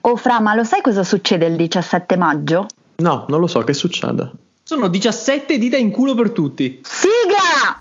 Oh Fra, ma lo sai cosa succede il 17 maggio? No, non lo so, che succede? Sono 17 dita in culo per tutti. Sigla!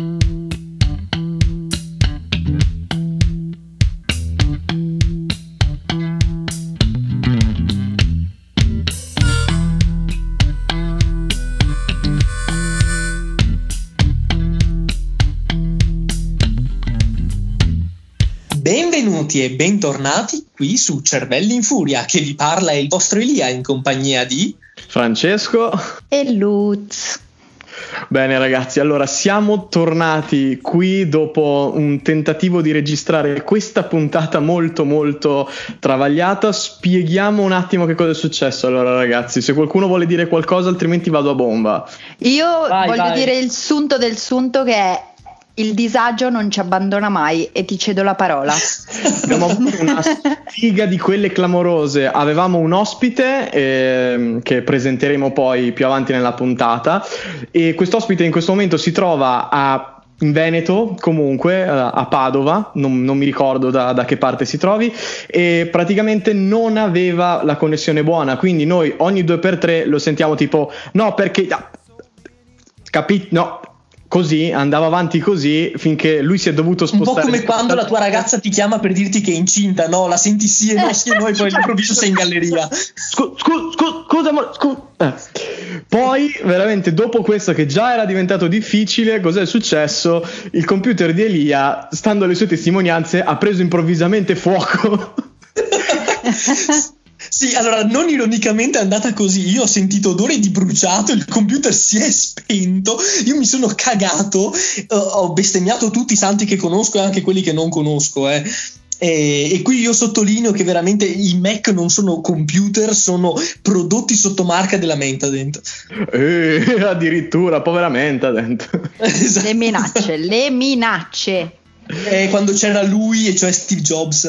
Benvenuti e bentornati qui su Cervelli in Furia, che vi parla è il vostro Elia in compagnia di Francesco e Lutz. Bene ragazzi, allora siamo tornati qui dopo un tentativo di registrare questa puntata molto travagliata. Spieghiamo un attimo che cosa è successo. Allora ragazzi, se qualcuno vuole dire qualcosa, altrimenti vado a bomba. Io voglio dire il sunto del sunto, che è: il disagio non ci abbandona mai, e ti cedo la parola. Abbiamo avuto una sfiga di quelle clamorose. Avevamo un ospite che presenteremo poi più avanti nella puntata, e quest'ospite in questo momento si trova in Veneto, comunque a Padova, non mi ricordo da che parte si trovi, e praticamente non aveva la connessione buona, quindi noi ogni 2x3 lo sentiamo tipo no perché no. Così, andava avanti così finché lui si è dovuto spostare. Un po' come quando la tua ragazza ti chiama per dirti che è incinta, no? La senti sì e no, sì e no, e poi all'improvviso sei in galleria. Scusa, amore. Poi, veramente, dopo questo che già era diventato difficile, cos'è successo? Il computer di Elia, stando alle sue testimonianze, ha preso improvvisamente fuoco. Sì, allora non ironicamente è andata così. Io ho sentito odore di bruciato, il computer si è spento, io mi sono cagato, ho bestemmiato tutti i santi che conosco e anche quelli che non conosco, E qui io sottolineo che veramente i Mac non sono computer, sono prodotti sotto marca della Mentadent. Addirittura, povera Mentadent. Esatto. Le minacce. Quando c'era lui, e cioè Steve Jobs.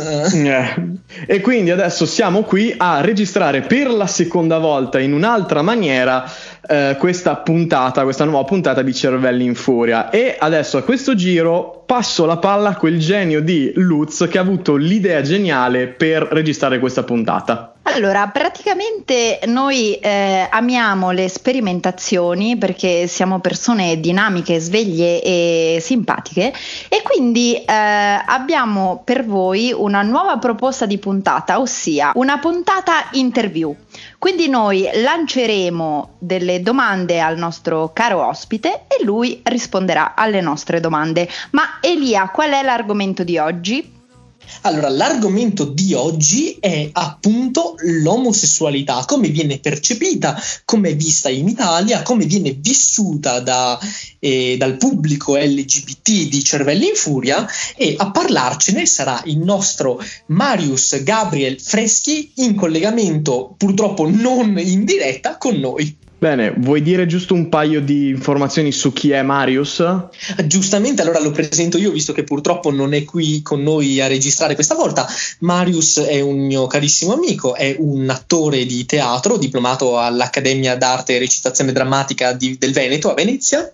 E quindi adesso siamo qui a registrare per la seconda volta in un'altra maniera questa nuova puntata di Cervelli in Furia. E adesso a questo giro passo la palla a quel genio di Lutz che ha avuto l'idea geniale per registrare questa puntata. Allora, praticamente noi amiamo le sperimentazioni, perché siamo persone dinamiche, sveglie e simpatiche, e quindi abbiamo per voi una nuova proposta di puntata, ossia una puntata interview. Quindi noi lanceremo delle domande al nostro caro ospite e lui risponderà alle nostre domande. Ma Elia, qual è l'argomento di oggi? Allora, l'argomento di oggi è appunto l'omosessualità, come viene percepita, come è vista in Italia, come viene vissuta dal pubblico LGBT di Cervelli in Furia, e a parlarcene sarà il nostro Marius Gabriel Freschi, in collegamento purtroppo non in diretta con noi. Bene, vuoi dire giusto un paio di informazioni su chi è Marius? Giustamente, allora lo presento io, visto che purtroppo non è qui con noi a registrare questa volta. Marius è un mio carissimo amico, è un attore di teatro, diplomato all'Accademia d'Arte e Recitazione Drammatica del Veneto, a Venezia,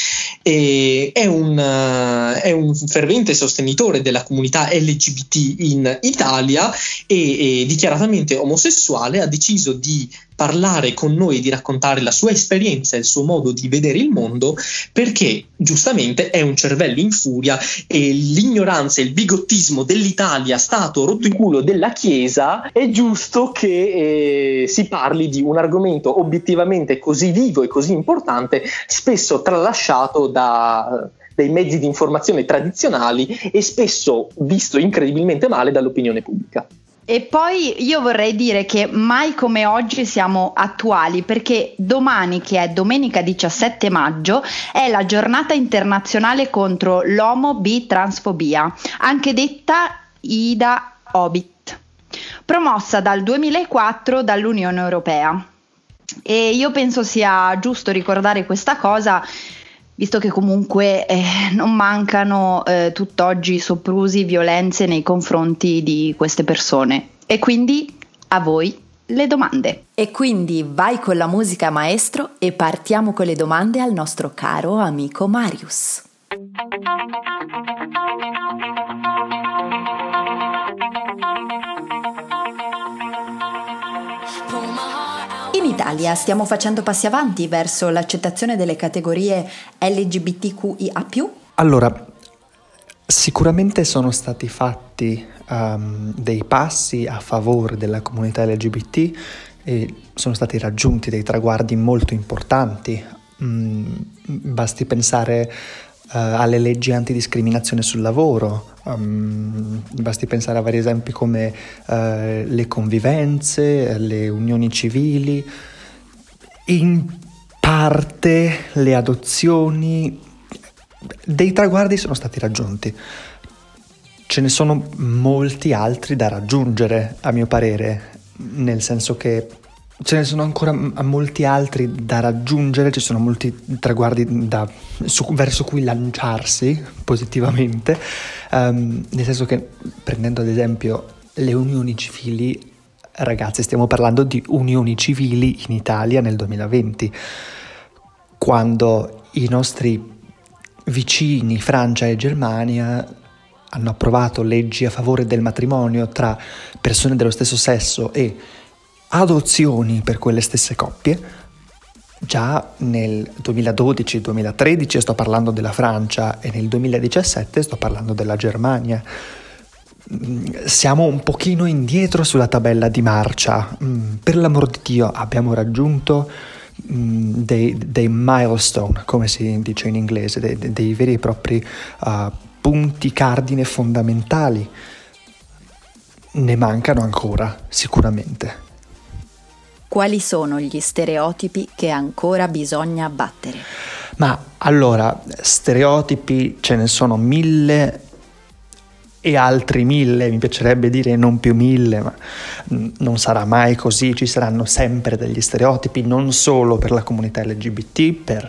e è un fervente sostenitore della comunità LGBT in Italia, e dichiaratamente omosessuale. Ha deciso di parlare con noi, di raccontare la sua esperienza e il suo modo di vedere il mondo, perché giustamente è un cervello in furia e l'ignoranza e il bigottismo dell'Italia, stato rotto in culo della Chiesa, è giusto che si parli di un argomento obiettivamente così vivo e così importante, spesso tralasciato dai mezzi di informazione tradizionali e spesso visto incredibilmente male dall'opinione pubblica. E poi io vorrei dire che mai come oggi siamo attuali, perché domani, che è domenica 17 maggio, è la giornata internazionale contro l'omo-bi-transfobia, anche detta Ida Obit, promossa dal 2004 dall'Unione Europea. E io penso sia giusto ricordare questa cosa, visto che comunque non mancano tutt'oggi soprusi, violenze nei confronti di queste persone. E quindi a voi le domande. E quindi vai con la musica, maestro, e partiamo con le domande al nostro caro amico Marius. Italia stiamo facendo passi avanti verso l'accettazione delle categorie LGBTQIA+? Allora, sicuramente sono stati fatti dei passi a favore della comunità LGBT e sono stati raggiunti dei traguardi molto importanti. Basti pensare alle leggi antidiscriminazione sul lavoro, basti pensare a vari esempi come le convivenze, le unioni civili, in parte le adozioni. Dei traguardi sono stati raggiunti. Ce ne sono molti altri da raggiungere, a mio parere, nel senso che ce ne sono ancora molti altri da raggiungere, ci sono molti traguardi verso cui lanciarsi positivamente, nel senso che, prendendo ad esempio le unioni civili, ragazzi, stiamo parlando di unioni civili in Italia nel 2020, quando i nostri vicini Francia e Germania hanno approvato leggi a favore del matrimonio tra persone dello stesso sesso e adozioni per quelle stesse coppie. Già nel 2012-2013 sto parlando della Francia e nel 2017 sto parlando della Germania. Siamo un pochino indietro sulla tabella di marcia. Per l'amor di Dio, abbiamo raggiunto dei milestone, come si dice in inglese, dei veri e propri punti cardine fondamentali. Ne mancano ancora, sicuramente. Quali sono gli stereotipi che ancora bisogna abbattere? Ma allora, stereotipi ce ne sono 1000 e altri 1000, mi piacerebbe dire non più 1000, ma non sarà mai così, ci saranno sempre degli stereotipi, non solo per la comunità LGBT, per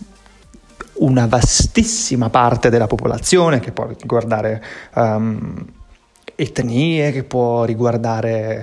una vastissima parte della popolazione, che può riguardare etnie, che può riguardare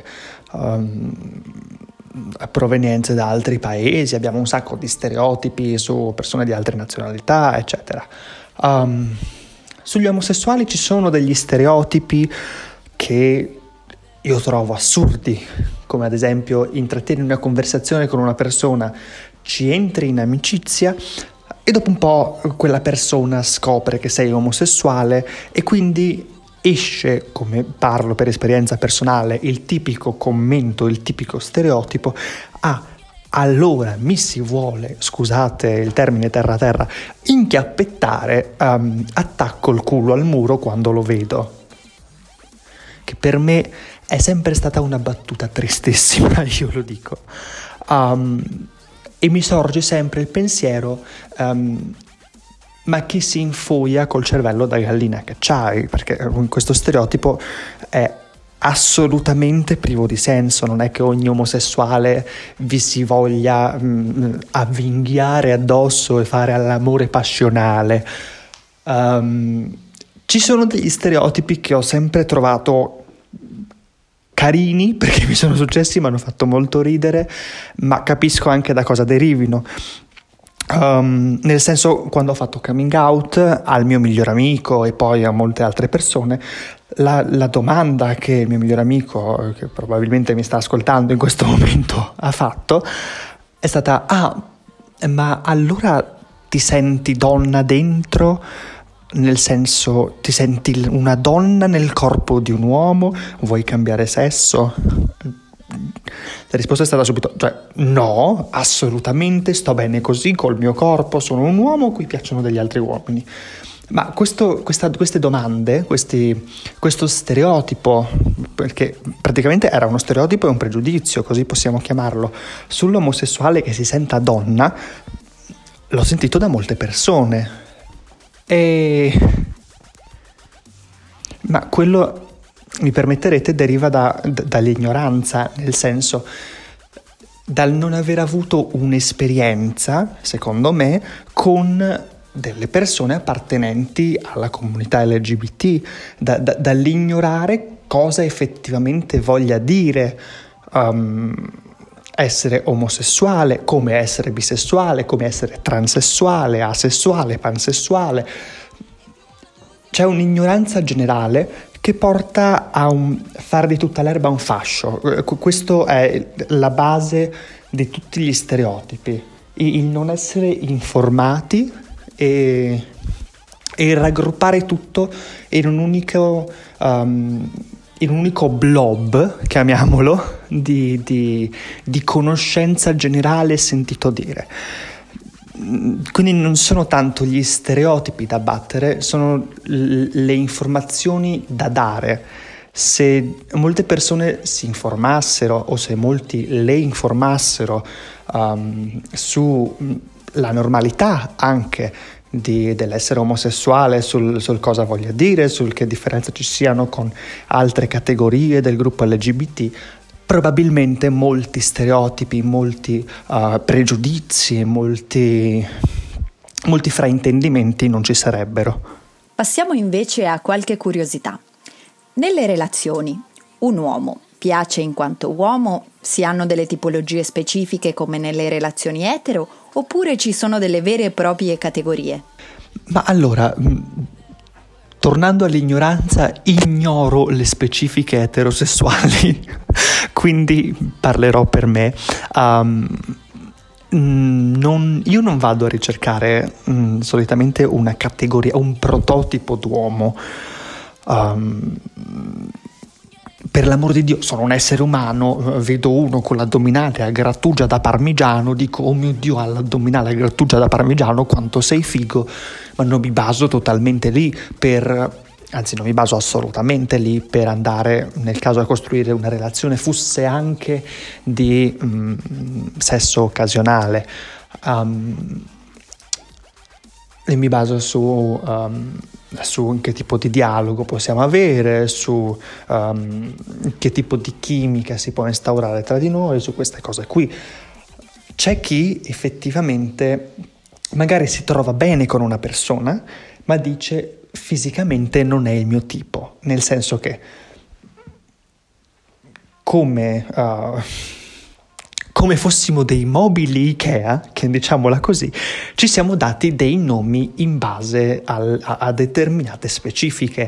provenienze da altri paesi. Abbiamo un sacco di stereotipi su persone di altre nazionalità, eccetera. Sugli omosessuali ci sono degli stereotipi che io trovo assurdi, come ad esempio intrattieni una conversazione con una persona, ci entri in amicizia e dopo un po' quella persona scopre che sei omosessuale e quindi esce, come parlo per esperienza personale, il tipico commento, il tipico stereotipo: allora mi si vuole, scusate il termine terra, inchiappettare, attacco il culo al muro quando lo vedo. Che per me è sempre stata una battuta tristissima, io lo dico. E mi sorge sempre il pensiero: ma chi si infoia col cervello da gallina che c'hai? Perché questo stereotipo è assolutamente privo di senso. Non è che ogni omosessuale vi si voglia avvinghiare addosso e fare all'amore passionale. Ci sono degli stereotipi che ho sempre trovato carini, perché mi sono successi, mi hanno fatto molto ridere, ma capisco anche da cosa derivino. Nel senso, quando ho fatto coming out al mio miglior amico e poi a molte altre persone, la domanda che il mio miglior amico, che probabilmente mi sta ascoltando in questo momento, ha fatto è stata: ma allora ti senti donna dentro? Nel senso, ti senti una donna nel corpo di un uomo? Vuoi cambiare sesso? La risposta è stata subito: no, assolutamente, sto bene così col mio corpo, sono un uomo a cui piacciono degli altri uomini. Ma queste domande, questo stereotipo, perché praticamente era uno stereotipo e un pregiudizio, così possiamo chiamarlo, sull'omosessuale che si senta donna, l'ho sentito da molte persone. Ma quello, mi permetterete, deriva dall'ignoranza, nel senso, dal non aver avuto un'esperienza, secondo me, con delle persone appartenenti alla comunità LGBT, dall'ignorare cosa effettivamente voglia dire essere omosessuale, come essere bisessuale, come essere transessuale, asessuale, pansessuale. C'è un'ignoranza generale che porta a fare di tutta l'erba un fascio. Questo è la base di tutti gli stereotipi, il non essere informati e raggruppare tutto in un unico blob, chiamiamolo, di conoscenza generale sentito dire. Quindi non sono tanto gli stereotipi da battere, sono le informazioni da dare. Se molte persone si informassero o se molti le informassero sulla normalità anche dell'essere omosessuale, sul cosa voglia dire, sul che differenze ci siano con altre categorie del gruppo LGBT, probabilmente molti stereotipi, molti pregiudizi, molti fraintendimenti non ci sarebbero. Passiamo invece a qualche curiosità. Nelle relazioni, un uomo piace in quanto uomo? Si hanno delle tipologie specifiche come nelle relazioni etero oppure ci sono delle vere e proprie categorie? Ma allora, tornando all'ignoranza, ignoro le specifiche eterosessuali, quindi parlerò per me. Io non vado a ricercare solitamente una categoria, un prototipo d'uomo. Per l'amor di Dio, sono un essere umano, vedo uno con l'addominale a grattugia da parmigiano, dico oh mio Dio, ha l'addominale a grattugia da parmigiano, quanto sei figo, ma non mi baso totalmente lì non mi baso assolutamente lì per andare, nel caso a costruire una relazione fosse anche di sesso occasionale. E mi baso su che tipo di dialogo possiamo avere, su che tipo di chimica si può instaurare tra di noi, su queste cose qui. C'è chi effettivamente magari si trova bene con una persona, ma dice fisicamente non è il mio tipo, nel senso che come fossimo dei mobili Ikea, che diciamola così, ci siamo dati dei nomi in base a determinate specifiche.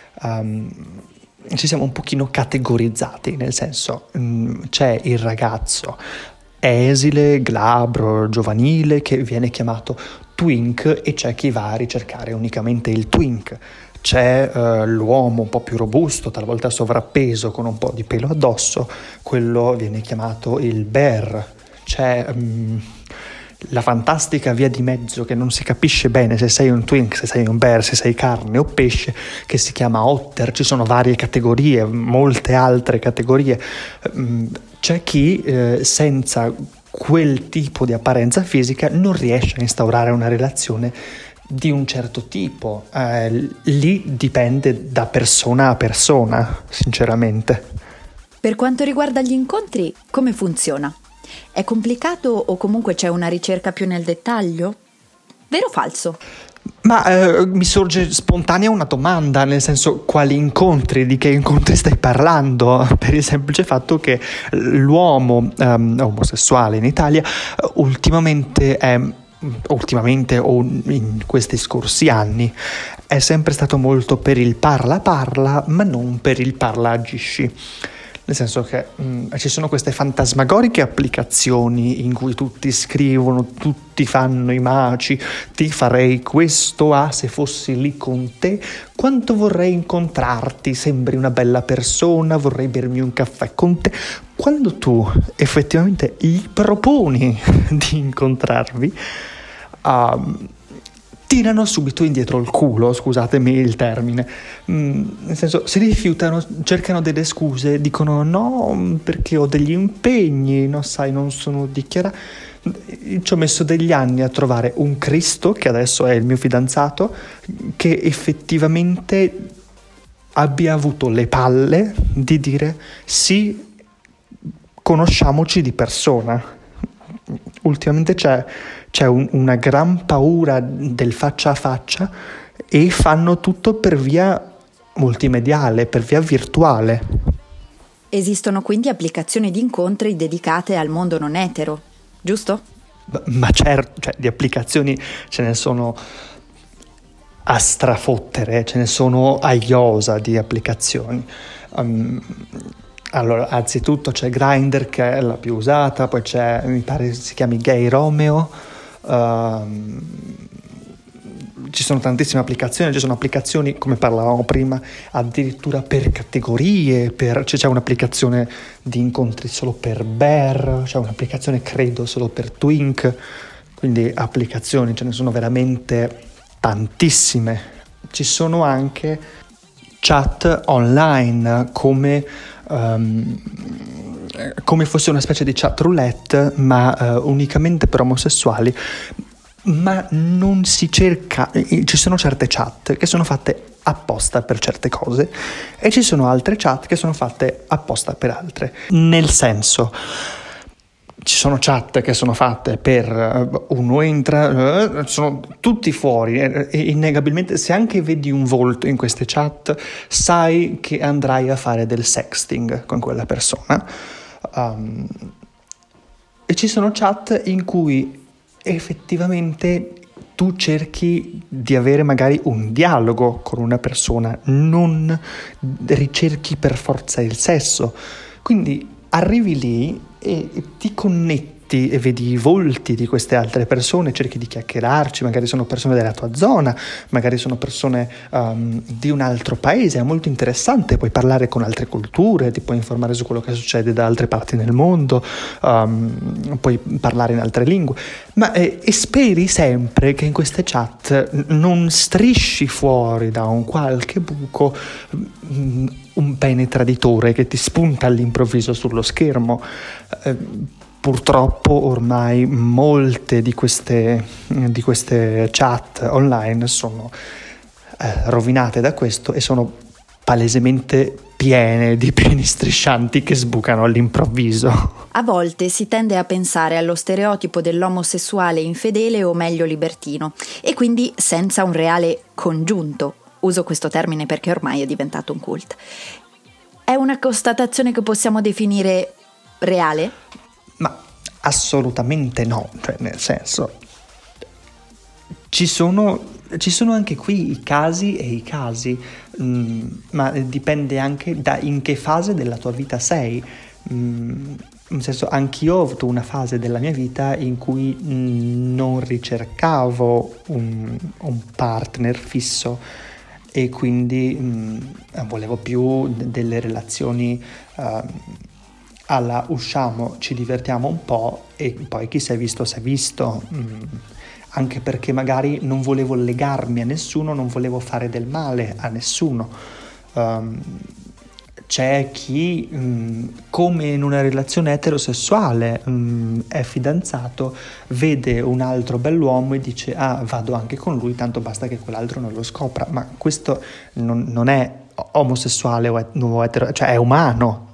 Ci siamo un pochino categorizzati, nel senso c'è il ragazzo esile, glabro, giovanile che viene chiamato twink e c'è chi va a ricercare unicamente il twink. C'è l'uomo un po' più robusto, talvolta sovrappeso, con un po' di pelo addosso, quello viene chiamato il bear. C'è la fantastica via di mezzo che non si capisce bene se sei un twink, se sei un bear, se sei carne o pesce, che si chiama otter. Ci sono varie categorie, molte altre categorie. C'è chi senza quel tipo di apparenza fisica non riesce a instaurare una relazione di un certo tipo. Lì dipende da persona a persona, sinceramente. Per quanto riguarda gli incontri, come funziona? È complicato o comunque c'è una ricerca più nel dettaglio? Vero o falso? Ma mi sorge spontanea una domanda, nel senso, quali incontri, di che incontri stai parlando? Per il semplice fatto che l'uomo omosessuale in Italia ultimamente o in questi scorsi anni è sempre stato molto per il parla, ma non per il parla agisci. Nel senso che ci sono queste fantasmagoriche applicazioni in cui tutti scrivono, tutti fanno i maci, ti farei questo, se fossi lì con te, quanto vorrei incontrarti, sembri una bella persona, vorrei bermi un caffè con te. Quando tu effettivamente gli proponi di incontrarvi, tirano subito indietro il culo, scusatemi il termine, nel senso, si rifiutano, cercano delle scuse, dicono no perché ho degli impegni, no sai, non sono dichiarato. Ci ho messo degli anni a trovare un Cristo, che adesso è il mio fidanzato, che effettivamente abbia avuto le palle di dire sì, conosciamoci di persona. Ultimamente c'è una gran paura del faccia a faccia e fanno tutto per via multimediale, per via virtuale. Esistono quindi applicazioni di incontri dedicate al mondo non etero, giusto? Ma certo, cioè, di applicazioni ce ne sono a strafottere, ce ne sono a iosa di applicazioni. Allora, anzitutto c'è Grindr, che è la più usata, poi c'è, mi pare si chiami Gay Romeo, ci sono tantissime applicazioni, ci sono applicazioni, come parlavamo prima, addirittura per categorie, c'è un'applicazione di incontri solo per bear, c'è un'applicazione credo solo per twink, quindi applicazioni ce ne sono veramente tantissime. Ci sono anche chat online come fosse una specie di chat roulette, ma unicamente per omosessuali. Ma non si cerca, ci sono certe chat che sono fatte apposta per certe cose e ci sono altre chat che sono fatte apposta per altre. Nel senso, ci sono chat che sono fatte per uno entra, sono tutti fuori e innegabilmente se anche vedi un volto in queste chat sai che andrai a fare del sexting con quella persona. E ci sono chat in cui effettivamente tu cerchi di avere magari un dialogo con una persona, non ricerchi per forza il sesso. Quindi arrivi lì e ti connetti e vedi i volti di queste altre persone, cerchi di chiacchierarci, magari sono persone della tua zona, magari sono persone di un altro paese, è molto interessante, puoi parlare con altre culture, ti puoi informare su quello che succede da altre parti nel mondo, puoi parlare in altre lingue, ma e speri sempre che in queste chat non strisci fuori da un qualche buco un pene traditore che ti spunta all'improvviso sullo schermo. Purtroppo ormai molte di queste chat online sono rovinate da questo e sono palesemente piene di peni striscianti che sbucano all'improvviso. A volte si tende a pensare allo stereotipo dell'omosessuale infedele o meglio libertino e quindi senza un reale congiunto. Uso questo termine perché ormai è diventato un cult. È una constatazione che possiamo definire reale? Ma assolutamente no, cioè nel senso ci sono anche qui i casi e i casi, ma dipende anche da in che fase della tua vita sei. Nel senso, anch'io ho avuto una fase della mia vita in cui non ricercavo un partner fisso e quindi volevo più delle relazioni alla usciamo, ci divertiamo un po' e poi chi si è visto si è visto, anche perché magari non volevo legarmi a nessuno, non volevo fare del male a nessuno. C'è chi, come in una relazione eterosessuale, è fidanzato, vede un altro bell'uomo e dice vado anche con lui, tanto basta che quell'altro non lo scopra. Ma questo non è omosessuale o nuovo etero, cioè è umano.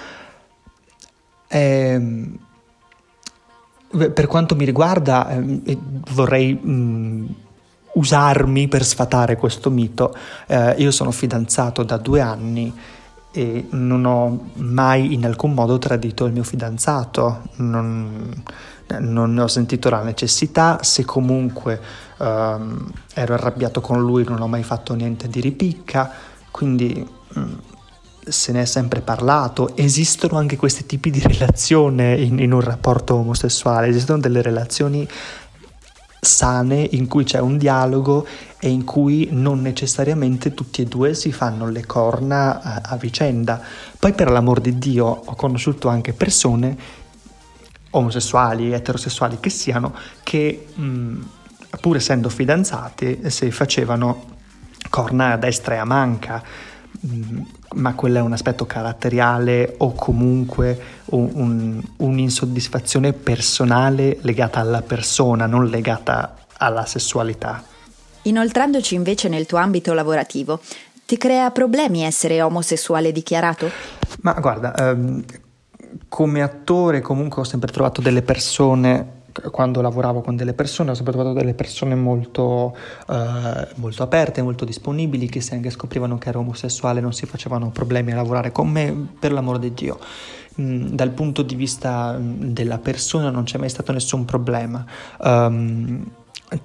Per quanto mi riguarda, vorrei usarmi per sfatare questo mito. Io sono fidanzato da 2 anni e non ho mai in alcun modo tradito il mio fidanzato, non ne ho sentito la necessità. Se comunque ero arrabbiato con lui non ho mai fatto niente di ripicca, quindi se ne è sempre parlato. Esistono anche questi tipi di relazione in un rapporto omosessuale, esistono delle relazioni sane in cui c'è un dialogo e in cui non necessariamente tutti e due si fanno le corna a vicenda. Poi per l'amor di Dio ho conosciuto anche persone omosessuali, eterosessuali che siano, che pur essendo fidanzati si facevano corna a destra e a manca. Ma quello è un aspetto caratteriale o comunque un'insoddisfazione personale legata alla persona, non legata alla sessualità. Inoltrandoci invece nel tuo ambito lavorativo, ti crea problemi essere omosessuale dichiarato? Ma guarda, come attore comunque ho sempre trovato delle persone, quando lavoravo con delle persone ho sempre trovato delle persone molto aperte, molto disponibili, che se anche scoprivano che ero omosessuale non si facevano problemi a lavorare con me, per l'amor di Dio. Dal punto di vista della persona non c'è mai stato nessun problema.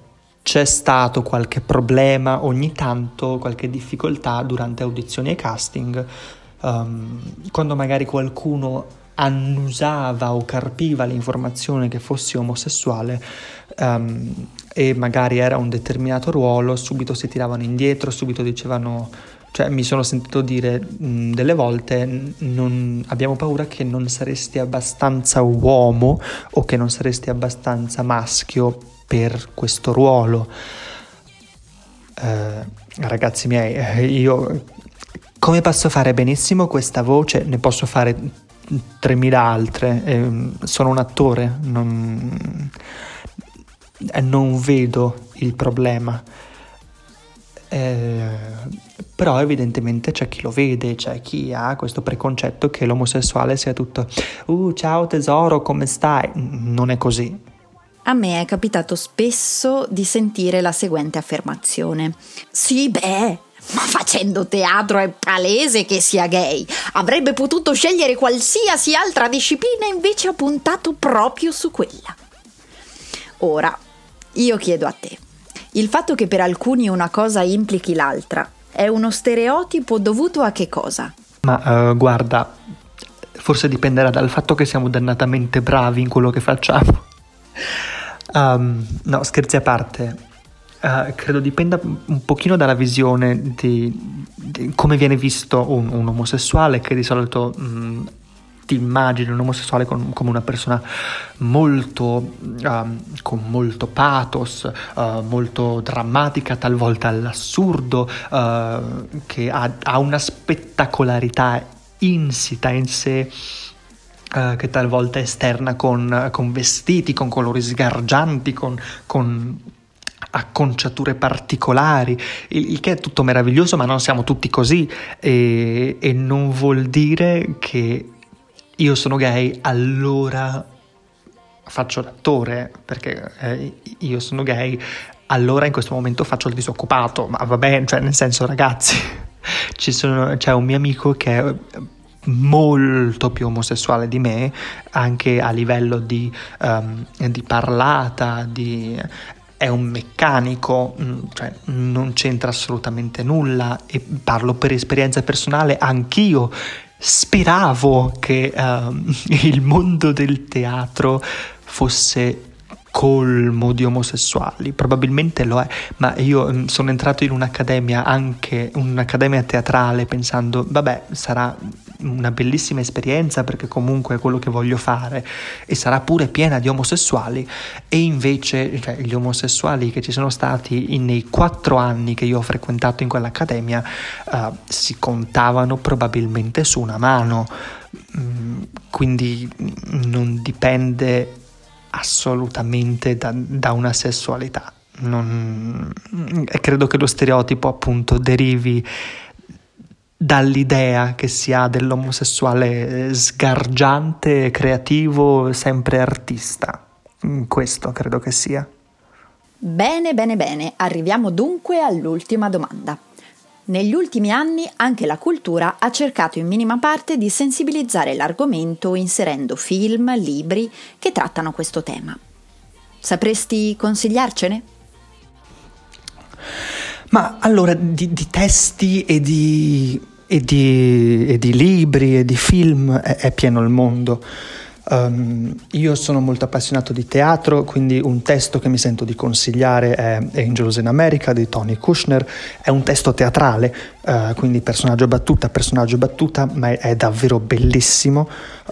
c'è stato qualche problema ogni tanto, qualche difficoltà durante audizioni e casting, quando magari qualcuno annusava o carpiva l'informazione che fossi omosessuale, e magari era un determinato ruolo, subito si tiravano indietro, subito dicevano, cioè mi sono sentito dire delle volte, abbiamo paura che non saresti abbastanza uomo o che non saresti abbastanza maschio per questo ruolo. Ragazzi miei, io come posso fare benissimo questa voce? Ne posso fare 3000 altre, sono un attore, non vedo il problema, però evidentemente c'è chi lo vede, c'è chi ha questo preconcetto che l'omosessuale sia tutto ciao tesoro, come stai? Non è così. A me è capitato spesso di sentire la seguente affermazione: sì, beh, ma facendo teatro è palese che sia gay. Avrebbe potuto scegliere qualsiasi altra disciplina, invece ha puntato proprio su quella. Ora, io chiedo a te, il fatto che per alcuni una cosa implichi l'altra è uno stereotipo dovuto a che cosa? Ma guarda, forse dipenderà dal fatto che siamo dannatamente bravi in quello che facciamo. No, scherzi a parte, credo dipenda un pochino dalla visione di come viene visto un omosessuale, che di solito ti immagini un omosessuale come una persona molto con molto pathos, molto drammatica, talvolta all'assurdo, che ha una spettacolarità insita in sé, che talvolta esterna con vestiti, con colori sgargianti, con acconciature particolari, il che è tutto meraviglioso, ma non siamo tutti così, e non vuol dire che io sono gay, allora faccio l'attore, perché io sono gay, allora in questo momento faccio il disoccupato, ma va bene, cioè nel senso, ragazzi, c'è un mio amico che è molto più omosessuale di me, anche a livello di parlata, è un meccanico, cioè non c'entra assolutamente nulla, e parlo per esperienza personale. Anch'io speravo che il mondo del teatro fosse colmo di omosessuali, probabilmente lo è, ma io sono entrato in un'accademia, anche un'accademia teatrale, pensando vabbè, sarà una bellissima esperienza perché comunque è quello che voglio fare e sarà pure piena di omosessuali, e invece cioè, gli omosessuali che ci sono stati nei 4 anni che io ho frequentato in quell'accademia si contavano probabilmente su una mano, quindi non dipende assolutamente da una sessualità. Credo che lo stereotipo appunto derivi dall'idea che si ha dell'omosessuale sgargiante, creativo, sempre artista. Questo credo che sia. Bene, arriviamo dunque all'ultima domanda. Negli ultimi anni anche la cultura ha cercato in minima parte di sensibilizzare l'argomento inserendo film, libri che trattano questo tema. Sapresti consigliarcene? Ma allora, di testi e di libri e di film è pieno il mondo. Io sono molto appassionato di teatro, quindi un testo che mi sento di consigliare è Angels in America di Tony Kushner. È un testo teatrale, quindi personaggio battuta, ma è davvero bellissimo.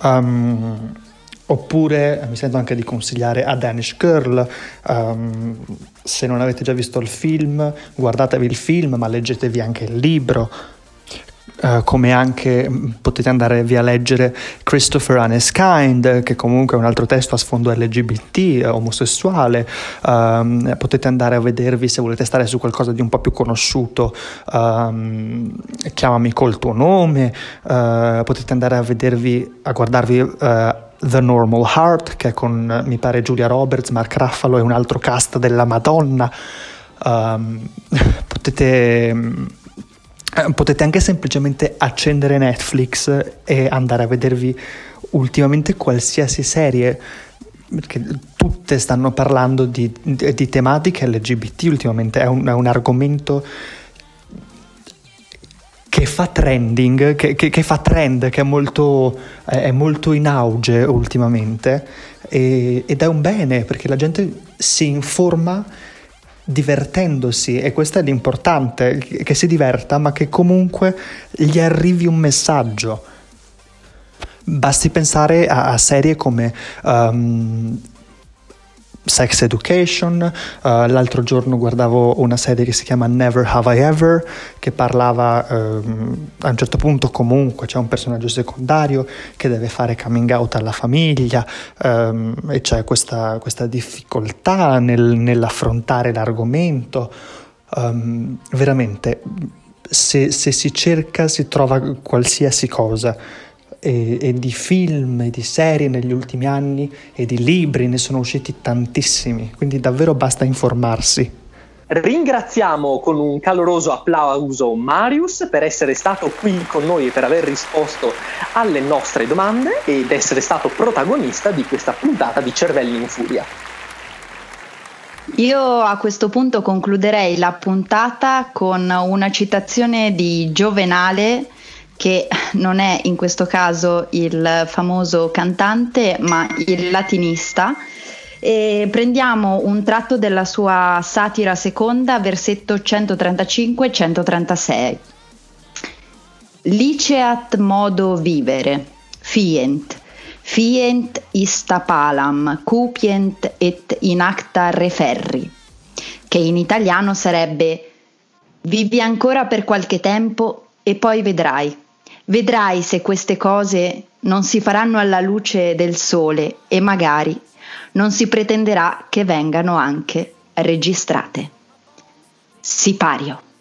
Oppure mi sento anche di consigliare A Danish Girl. Se non avete già visto il film, guardatevi il film, ma leggetevi anche il libro. Come anche potete andarvi a leggere Christopher Aneskind, che comunque è un altro testo a sfondo LGBT, omosessuale. Potete andare a vedervi, se volete stare su qualcosa di un po' più conosciuto, Chiamami col tuo nome. Potete andare a guardarvi The Normal Heart, che è con, mi pare, Julia Roberts, Mark Ruffalo e un altro cast della Madonna. Potete anche semplicemente accendere Netflix e andare a vedervi ultimamente qualsiasi serie. perché tutte stanno parlando di tematiche LGBT ultimamente, è un argomento che fa trending, che fa trend, che è molto in auge ultimamente, ed è un bene perché la gente si informa divertendosi, e questo è l'importante, che si diverta ma che comunque gli arrivi un messaggio. Basti pensare a serie come Sex Education. L'altro giorno guardavo una serie che si chiama Never Have I Ever, che parlava, a un certo punto comunque c'è un personaggio secondario che deve fare coming out alla famiglia, e c'è questa difficoltà nell'affrontare l'argomento. Veramente, se si cerca si trova qualsiasi cosa. E di film e di serie negli ultimi anni e di libri ne sono usciti tantissimi, quindi davvero basta informarsi. Ringraziamo con un caloroso applauso Marius per essere stato qui con noi e per aver risposto alle nostre domande ed essere stato protagonista di questa puntata di Cervelli in Furia. Io a questo punto concluderei la puntata con una citazione di Giovenale, che non è in questo caso il famoso cantante ma il latinista, e prendiamo un tratto della sua satira seconda, versetto 135-136. Liceat modo vivere, fient ista palam, cupient et in acta referri, che in italiano sarebbe: vivi ancora per qualche tempo e poi vedrai se queste cose non si faranno alla luce del sole e magari non si pretenderà che vengano anche registrate. Sipario.